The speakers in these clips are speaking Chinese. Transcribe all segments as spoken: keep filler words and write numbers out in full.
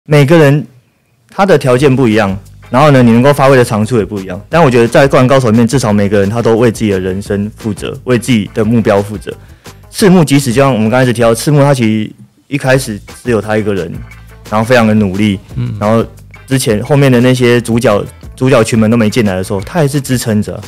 每个人他的条件不一样，然后呢，你能够发挥的长处也不一样。但我觉得在灌篮高手里面，至少每个人他都为自己的人生负责，为自己的目标负责。赤木即使就像我们刚才提到，赤木他其实一开始只有他一个人，然后非常的努力，嗯，然后之前后面的那些主角主角群们都没进来的时候，他还是支撑着。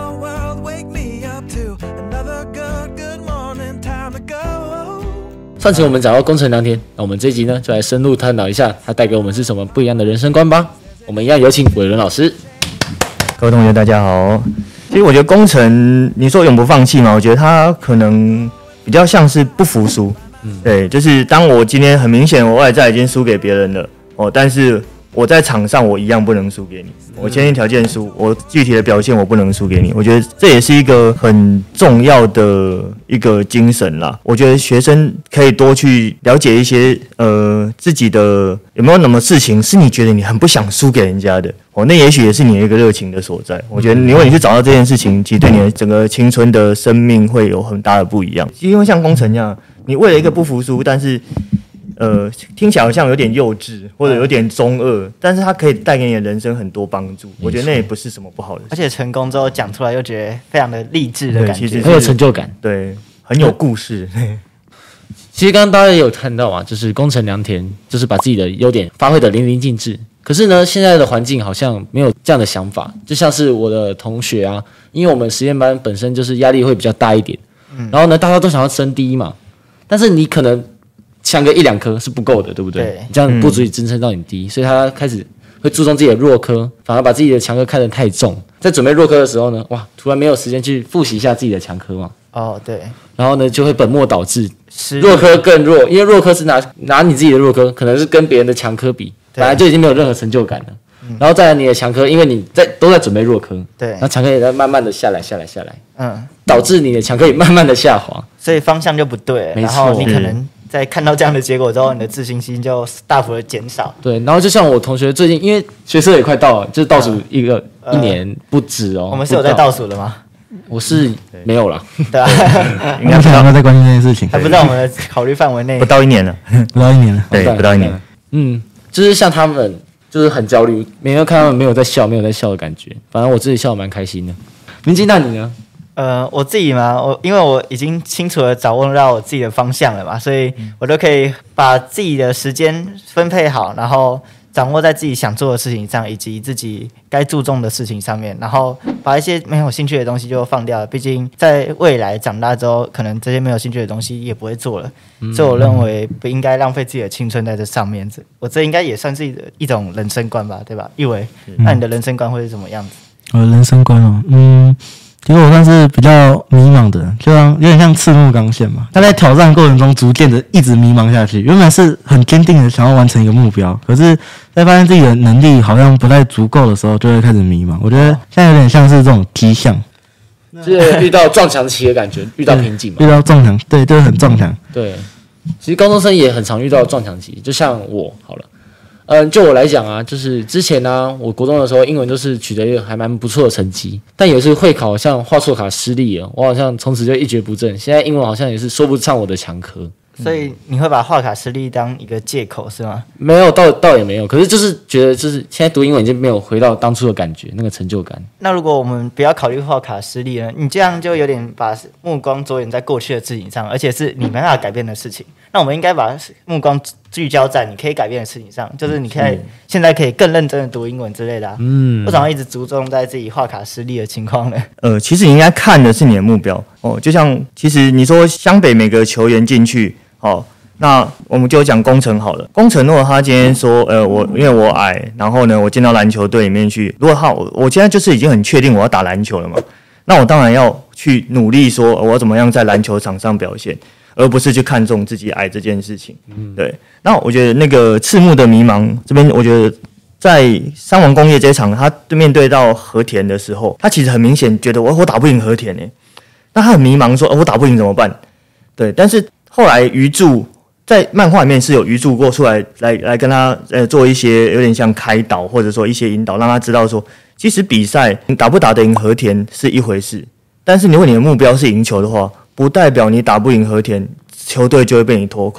上期我们讲到宫城良田，那我们这一集呢，就来深入探讨一下他带给我们是什么不一样的人生观吧。我们一样有请伟伦老师。 各位同学大家好。其实我觉得宫城，你说永不放弃嘛，我觉得他可能比较像是不服输。嗯，对，就是当我今天很明显我外在已经输给别人了哦，但是我在场上我一样不能输给你，我前提条件输，我具体的表现我不能输给你。我觉得这也是一个很重要的一个精神啦。我觉得学生可以多去了解一些呃自己的有没有什么事情是你觉得你很不想输给人家的哦，那也许也是你的一个热情的所在。我觉得如果你去找到这件事情，其实对你的整个青春的生命会有很大的不一样。因为像宫城这样，你为了一个不服输，但是呃，听起来好像有点幼稚或者有点中二，但是它可以带给你的人生很多帮助。我觉得那也不是什么不好的事， 而且成功之后讲出来又觉得非常的励志的感觉， 很有成就感， 对，很有故事。 其实刚刚大家也有看到啊，就是宫城良田就是把自己的优点发挥得淋漓尽致。可是呢，现在的环境好像没有这样的想法，就像是我的同学啊，因为我们实验班本身就是压力会比较大一点，嗯、然后呢，大家都想要升第一嘛，但是你可能抢个一两颗是不够的，对不对？对，这样不足以支撑到你第一，嗯、所以他开始会注重自己的弱科，反而把自己的强科看得太重。在准备弱科的时候呢，哇，突然没有时间去复习一下自己的强科嘛。 哦，对。 然后呢，就会本末倒置，弱科更弱，因为弱科是拿拿你自己的弱科，可能是跟别人的强科比，本来就已经没有任何成就感了。嗯、然后再来你的强科，因为你在都在准备弱科，对，然后强科也在慢慢的下来，下来，下来，嗯，导致你的强科也慢慢的下滑， 所以方向就不对，然后你可能在看到这样的结果之后，你的自信心就大幅的减少。 对，然后就像我同学最近，因为学测也快到了，就是倒数一个、呃、一年不止哦。 我们是有在倒数的吗？ 我是没有啦， 对啊， 应该还没有在关心这件事情， 还不在我们的考虑范围内。 不到一年了， 不到一年了， 对，不到一年。 嗯，就是像他们，就是很焦虑，每天看他们没有在笑，没有在笑的感觉。反正我自己笑得蛮开心的。明基，那你呢？ 呃，我自己嘛，我因为我已经清楚的掌握到我自己的方向了嘛，所以我都可以把自己的时间分配好，然后掌握在自己想做的事情上，以及自己该注重的事情上面，然后把一些没有兴趣的东西就放掉了。毕竟在未来长大之后，可能这些没有兴趣的东西也不会做了，嗯、所以我认为不应该浪费自己的青春在这上面。我这应该也算是一种人生观吧，对吧？一伟，那你的人生观会是什么样子？ 我的人生观哦，嗯。其实我算是比较迷茫的人，就像有点像赤木刚宪嘛。他在挑战过程中，逐渐的一直迷茫下去。原本是很坚定的想要完成一个目标，可是，在发现自己的能力好像不太足够的时候，就会开始迷茫。我觉得现在有点像是这种迹象， 就是遇到撞墙期的感觉，遇到瓶颈嘛。 遇到撞墙，对，就是很撞墙。 对，其实高中生也很常遇到撞墙期，就像我好了。嗯，就我来讲啊，就是之前呢、啊，我国中的时候英文都是取得一个还蛮不错的成绩，但有一次会考好像画错卡失利了，我好像从此就一蹶不振。现在英文好像也是说不上我的强科， 所以你会把画卡失利当一个借口是吗？ 没有，倒倒也没有，可是就是觉得就是现在读英文已经没有回到当初的感觉，那个成就感。 那如果我们不要考虑画卡失利呢？你这样就有点把目光着眼在过去的事情上，而且是你没办法改变的事情。那我们应该把目光聚焦在你可以改变的事情上，就是你可以现在可以更认真的读英文之类的、啊。嗯，为什么一直注重在自己画卡失利的情况呢？ 呃，其实你应该看的是你的目标哦。就像其实你说湘北每个球员进去，哦，那我们就讲宫城好了。宫城如果他今天说，呃，我因为我矮，然后呢，我进到篮球队里面去，如果他我我现在就是已经很确定我要打篮球了嘛，那我当然要去努力说，我要怎么样在篮球场上表现。而不是去看重自己矮这件事情，嗯，对。那我觉得那个赤木的迷茫这边，我觉得在三王工业这一场，他面对到和田的时候，他其实很明显觉得我我打不赢和田诶，那他很迷茫说，哦，我打不赢怎么办？对。但是后来鱼柱在漫画里面是有鱼柱过出来，来来跟他呃做一些有点像开导或者说一些引导，让他知道说，其实比赛你打不打得赢和田是一回事，但是如果你的目标是赢球的话。不代表你打不赢和田，球队就会被你拖垮。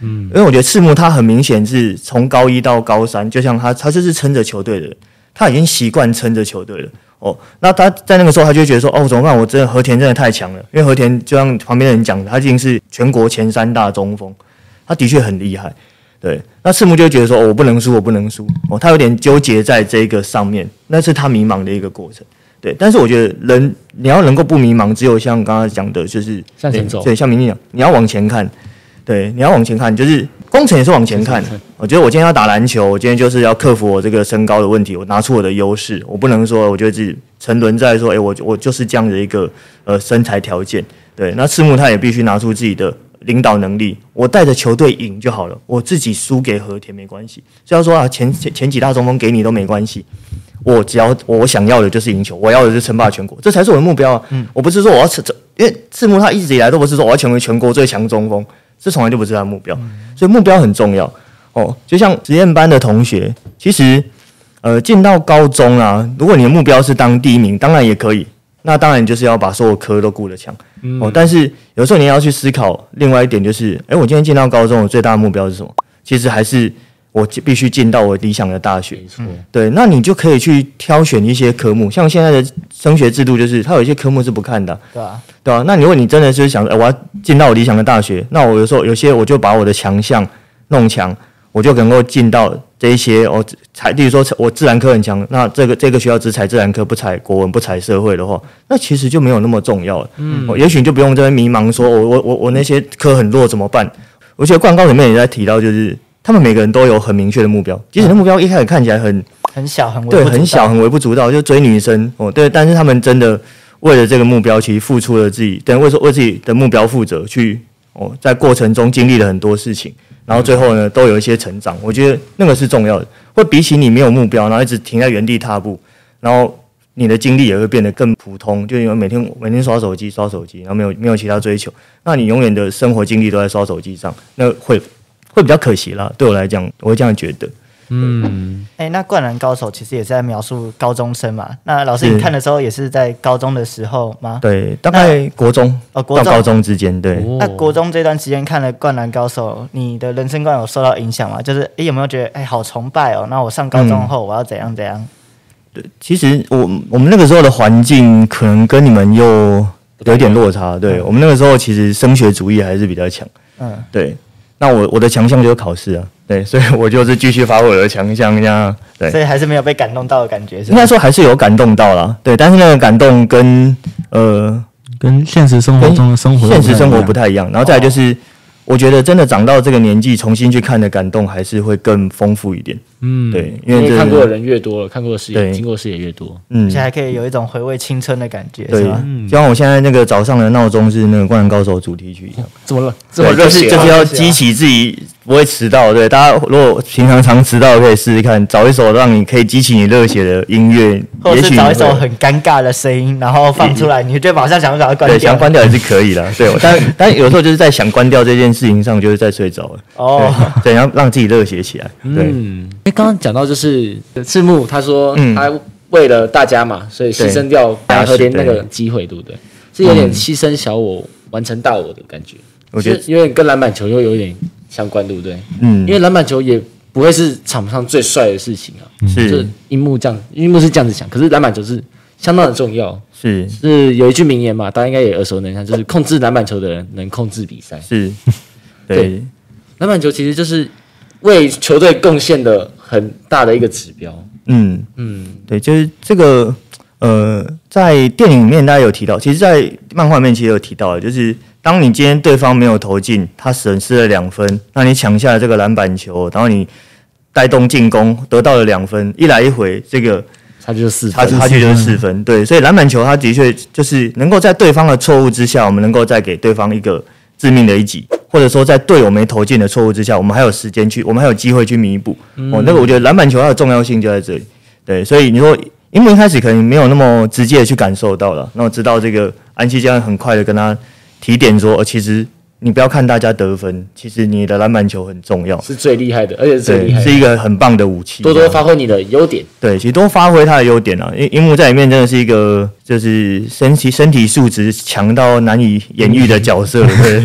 嗯，因为我觉得赤木他很明显是从高一到高三，就像他他就是撑着球队的人，他已经习惯撑着球队了。哦，那他在那个时候他就觉得说，哦，怎么办？我真的和田真的太强了，因为和田就像旁边的人讲的，他已经是全国前三大中锋，他的确很厉害。对，那赤木就会觉得说，哦，我不能输，我不能输。哦，他有点纠结在这个上面，那是他迷茫的一个过程。对，但是我觉得人你要能够不迷茫，只有像刚刚讲的，就是向前走。 对，像明明讲，你要往前看。对，你要往前看，就是工程也是往前看。我觉得我今天要打篮球，我今天就是要克服我这个身高的问题，我拿出我的优势，我不能说我觉得自己沉沦在说，哎，我我就是这样的一个呃身材条件。对，那赤木他也必须拿出自己的领导能力，我带着球队赢就好了，我自己输给和田没关系。所以要说啊，前前前几大中锋给你都没关系，我只要我想要的就是赢球，我要的是称霸全国，这才是我的目标啊！嗯，我不是说我要成，因为赤木他一直以来都不是说我要成为全国最强中锋，这从来就不是他的目标，所以目标很重要哦。就像实验班的同学，其实呃进到高中啊，如果你的目标是当第一名，当然也可以。那当然就是要把所有科都顾得强、嗯、哦。但是有时候你要去思考另外一点，就是哎，我今天进到高中，我最大的目标是什么？其实还是我必须进到我理想的大学。没错，对，那你就可以去挑选一些科目，像现在的升学制度，就是它有一些科目是不看的， 对啊， 对啊。那如果你真的是想，哎，我要进到我理想的大学，那我有时候有些我就把我的强项弄强，我就能够进到这一些哦，采，例如说我自然科很强，那这个这个学校只采自然科，不采国文，不采社会的话，那其实就没有那么重要了。嗯，哦、也许你就不用在那迷茫说，我我我我那些科很弱怎么办？我觉得灌高里面也在提到，就是他们每个人都有很明确的目标，即使那目标一开始看起来很很小，很微对，很小，很微不足道，就追女生哦，对，但是他们真的为了这个目标，其实付出了自己，等为为自己的目标负责，去哦，在过程中经历了很多事情。然后最后呢，都有一些成长，我觉得那个是重要的。会比起你没有目标，然后一直停在原地踏步，然后你的精力也会变得更普通，就因为每天每天刷手机刷手机，然后没有没有其他追求，那你永远的生活精力都在刷手机上，那会会比较可惜啦。对我来讲，我会这样觉得。 嗯，哎、欸，那《灌篮高手》其实也是在描述高中生嘛。那老师你看的时候也是在高中的时候吗？ 对，大概国中哦，国中到高中之间。对、 哦，那国中这段时间看了《灌篮高手》，你的人生观有受到影响吗？就是哎、欸，有没有觉得哎、欸，好崇拜哦？那我上高中后我要怎样怎样？ 对，其实我我们那个时候的环境可能跟你们又有一点落差。对、嗯、我们那个时候其实升学主义还是比较强。嗯，对。那我我的强项就是考试啊，对，所以我就是继续发挥我的强项，这样对， 所以还是没有被感动到的感觉，是应该说还是有感动到啦，对，但是那个感动跟呃跟现实生活中的生活现实生活不太一样，然后再来就是、哦、我觉得真的长到这个年纪，重新去看的感动还是会更丰富一点，嗯，对， 因为看过的人越多了，看过的视野、经过视野越多， 嗯，而且还可以有一种回味青春的感觉， 对， 是吧？ 嗯，就像我现在那个早上的闹钟是那个《灌篮高手》主题曲一样， 怎么了？这么热血、啊， 就是就是要激起自己不会迟到，对，大家如果平常常迟到，可以试试看，找一首让你可以激起你热血的音乐， 或者是找一首很尴尬的声音，然后放出来，你就马上想要把它关掉。 对，想关掉也是可以的，对，但但有时候就是在想关掉这件事情上，就是在睡着了。哦，对，然后让自己热血起来。对， 嗯，哎，刚刚讲到就是赤木，他说他为了大家嘛，所以牺牲掉打和田那个机会，对不对？是有点牺牲小我完成大我的感觉。我觉得有点跟篮板球又有点相关，对不对？嗯，因为篮板球也不会是场上最帅的事情啊，是就是樱木这样，樱木是这样子想，可是篮板球是相当的重要。是是有一句名言嘛，大家应该也耳熟能详，就是控制篮板球的人能控制比赛。 是， 对，对篮板球其实就是为球队贡献的很大的一个指标。嗯嗯，对，就是这个呃，在电影里面大家有提到，其实，在漫画里面其实有提到的，就是当你今天对方没有投进，他损失了两分，那你抢下了这个篮板球，然后你带动进攻，得到了两分，一来一回，这个差距就是四分， 差距就是四分。对，所以篮板球它的确就是能够在对方的错误之下，我们能够再给对方一个致命的一击，或者说在队友没投进的错误之下，我们还有时间去，我们还有机会去弥补。嗯、哦，那个我觉得篮板球它的重要性就在这里。对，所以你说，因为一开始可能没有那么直接的去感受到了，那我知道这个安西教练很快的跟他提点说，呃，其实你不要看大家得分，其实你的篮板球很重要， 是最厉害的，而且是最厉害的， 是一个很棒的武器。 多多发挥你的优点， 对，其实多发挥他的优点啊。因樱木在里面真的是一个就是身体身体素质强到难以言喻的角色，对，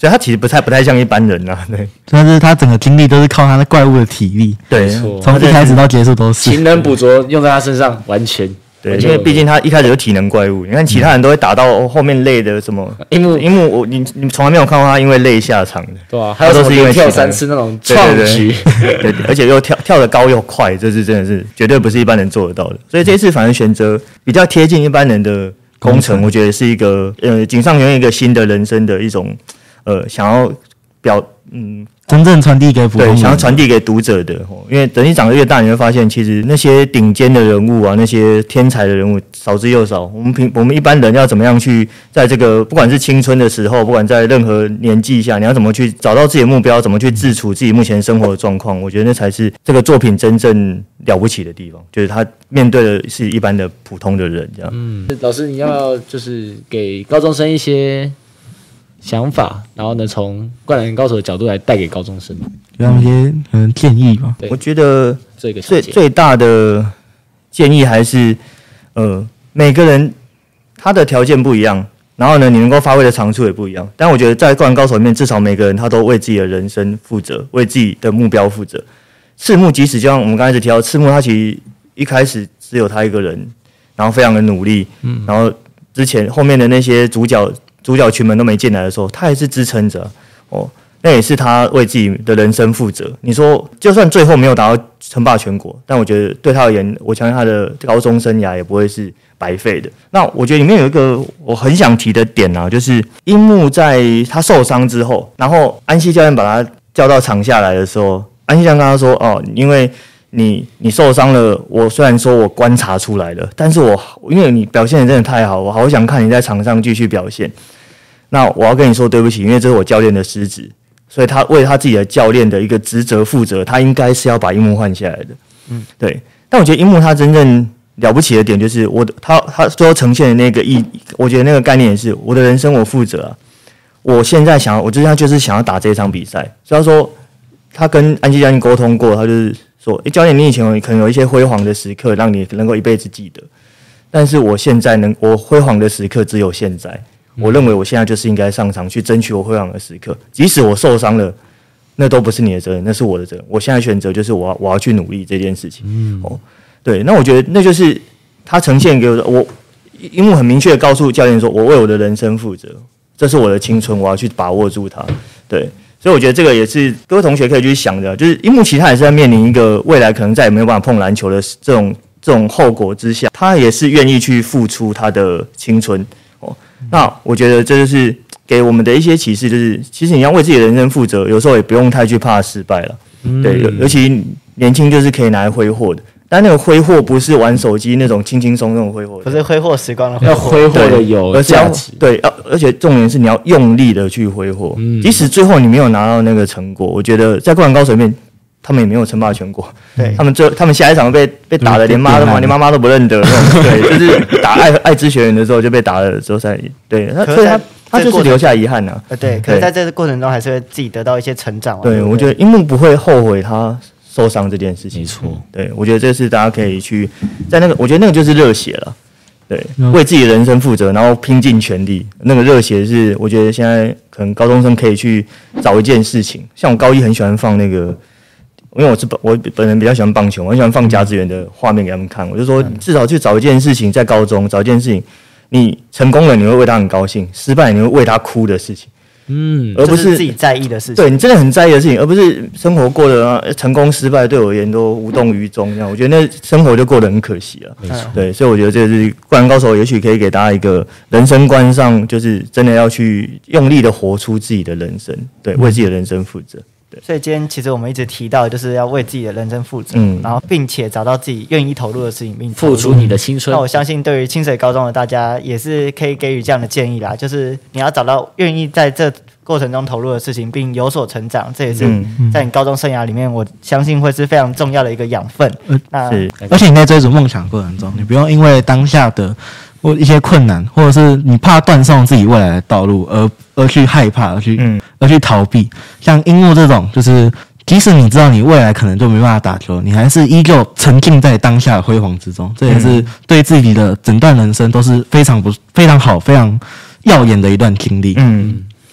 所以他其实不太不太像一般人啊，对， 但是他整个经历都是靠他的怪物的体力， 对， 从一开始到结束都是勤能补拙用在他身上，完全。 对，因为毕竟他一开始就体能怪物，你看其他人都会打到后面累的什么樱木， 樱木我你你从来没有看过他因为累下场的， 对啊，还有什么连跳三次那种创举， 对, 对, 对，而且又跳跳得高又快，这是真的是绝对不是一般人做得到的。所以这一次反而选择比较贴近一般人的工程，我觉得是一个呃井上雄彦一个新的人生的一种呃想要表嗯。 真正传递给普通人， 对，想要传递给读者的，因为等你长得越大，你会发现，其实那些顶尖的人物啊，那些天才的人物少之又少。我们平我们一般人要怎么样去在这个不管是青春的时候，不管在任何年纪下，你要怎么去找到自己的目标，怎么去自处自己目前生活的状况？我觉得那才是这个作品真正了不起的地方，就是他面对的是一般的普通的人，这样。 嗯，老师，你要不要就是给高中生一些想法，然后呢，从灌篮高手的角度来带给高中生， 给他们一些可能建议吧。 我觉得这个最最大的建议还是，呃，每个人他的条件不一样，然后呢，你能够发挥的长处也不一样。但我觉得在灌篮高手里面，至少每个人他都为自己的人生负责，为自己的目标负责。赤木即使就像我们刚才提到，赤木他其实一开始只有他一个人，然后非常的努力，嗯，然后之前后面的那些主角。主角群们都没进来的时候，他还是支撑着哦，那也是他为自己的人生负责。你说，就算最后没有达到称霸全国，但我觉得对他而言，我相信他的高中生涯也不会是白费的。那我觉得里面有一个我很想提的点啊，就是樱木在他受伤之后，然后安西教练把他叫到场下来的时候，安西教练跟他说：“哦，因为你你受伤了，我虽然说我观察出来了，但是我因为你表现得真的太好，我好想看你在场上继续表现。那我要跟你说对不起，因为这是我教练的失职，所以他为他自己的教练的一个职责负责，他应该是要把樱木换下来的。嗯，对。但我觉得樱木他真正了不起的点就是我他他最后呈现的那个意，我觉得那个概念也是我的人生我负责啊。我现在想要，我就是他就是想要打这场比赛，所以他说他跟安西教练沟通过，他就是说，诶，教练，你以前可能有一些辉煌的时刻，让你能够一辈子记得，但是我现在能，我辉煌的时刻只有现在。我认为我现在就是应该上场去争取我辉煌的时刻，即使我受伤了，那都不是你的责任，那是我的责任。我现在选择就是我要我要去努力这件事情。嗯，哦，对，那我觉得那就是他呈现给我的，我樱木很明确的告诉教练说，我为我的人生负责，这是我的青春，我要去把握住它。对。所以我觉得这个也是各位同学可以去想的，就是樱木其实他也是在面临一个未来可能再也没有办法碰篮球的这种这种后果之下，他也是愿意去付出他的青春哦。那我觉得这就是给我们的一些启示，就是其实你要为自己的人生负责，有时候也不用太去怕失败了。对，尤其年轻就是可以拿来挥霍的。但那个挥霍不是玩手机那种轻轻松松的挥霍， 不是挥霍时光的挥霍， 要挥霍的有价值。 对，要而且重点是你要用力的去挥霍，嗯，即使最后你没有拿到那个成果，我觉得在灌篮高手里面，他们也没有称霸全国，对他们最他们下一场被被打的连妈都连妈妈都不认得，对，就是打爱爱知学园的时候就被打了之后才对，他所以他他就是留下遗憾呐， 呃，对，可是在这个过程中还是会自己得到一些成长。 对，我觉得樱木不会后悔他受伤这件事情， 没错， 对，我觉得这是大家可以去在那个，我觉得那个就是热血了，对，为自己的人生负责，然后拼尽全力，那个热血是我觉得现在可能高中生可以去找一件事情，像我高一很喜欢放那个，因为我是我本人比较喜欢棒球，我很喜欢放甲子园的画面给他们看，我就说至少去找一件事情，在高中找一件事情，你成功了你会为他很高兴，失败你会为他哭的事情。 嗯，而不是自己在意的事情。 对，你真的很在意的事情，而不是生活过得成功失败对我而言都无动于衷这样。我觉得那生活就过得很可惜了。没错，对，所以我觉得这是灌篮高手，也许可以给大家一个人生观上，就是真的要去用力的活出自己的人生，对，为自己的人生负责。 所以今天其实我们一直提到，就是要为自己的人生负责，嗯，然后并且找到自己愿意投入的事情，并付出你的青春。 那我相信，对于清水高中的大家，也是可以给予这样的建议啦，就是你要找到愿意在这过程中投入的事情，并有所成长，这也是在你高中生涯里面，我相信会是非常重要的一个养分。 嗯、那而且你在追逐梦想过程中，你不用因为当下的或一些困难，或者是你怕断送自己未来的道路而而去害怕，而去、嗯、而去逃避。像樱木这种，就是即使你知道你未来可能就没办法打球，你还是依旧沉浸在当下的辉煌之中。这也是对自己的整段人生都是非常不非常好、非常耀眼的一段经历。 嗯，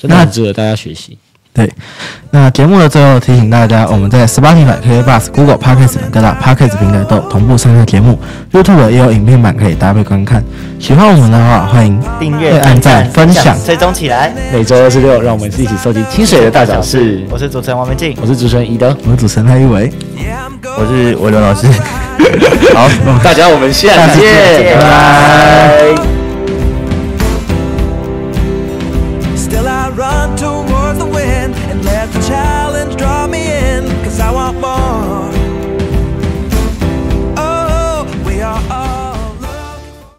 真的很值得大家学习。 对，那节目的最后提醒大家，我们在 Spotify、K K Bus、Google Podcast 等各大 Podcast 平台都有同步上架节目 ，YouTube 也有影片版可以搭配观看。喜欢我们的话，欢迎订阅、 按赞、分享、 追踪起来。 每周二十六，让我们一起收集清水的大小事。 我是主持人王文静， 我是主持人宜德， 我是主持人蔡玉伟， 我是维伦老师。 好，大家我们下次见， 拜拜。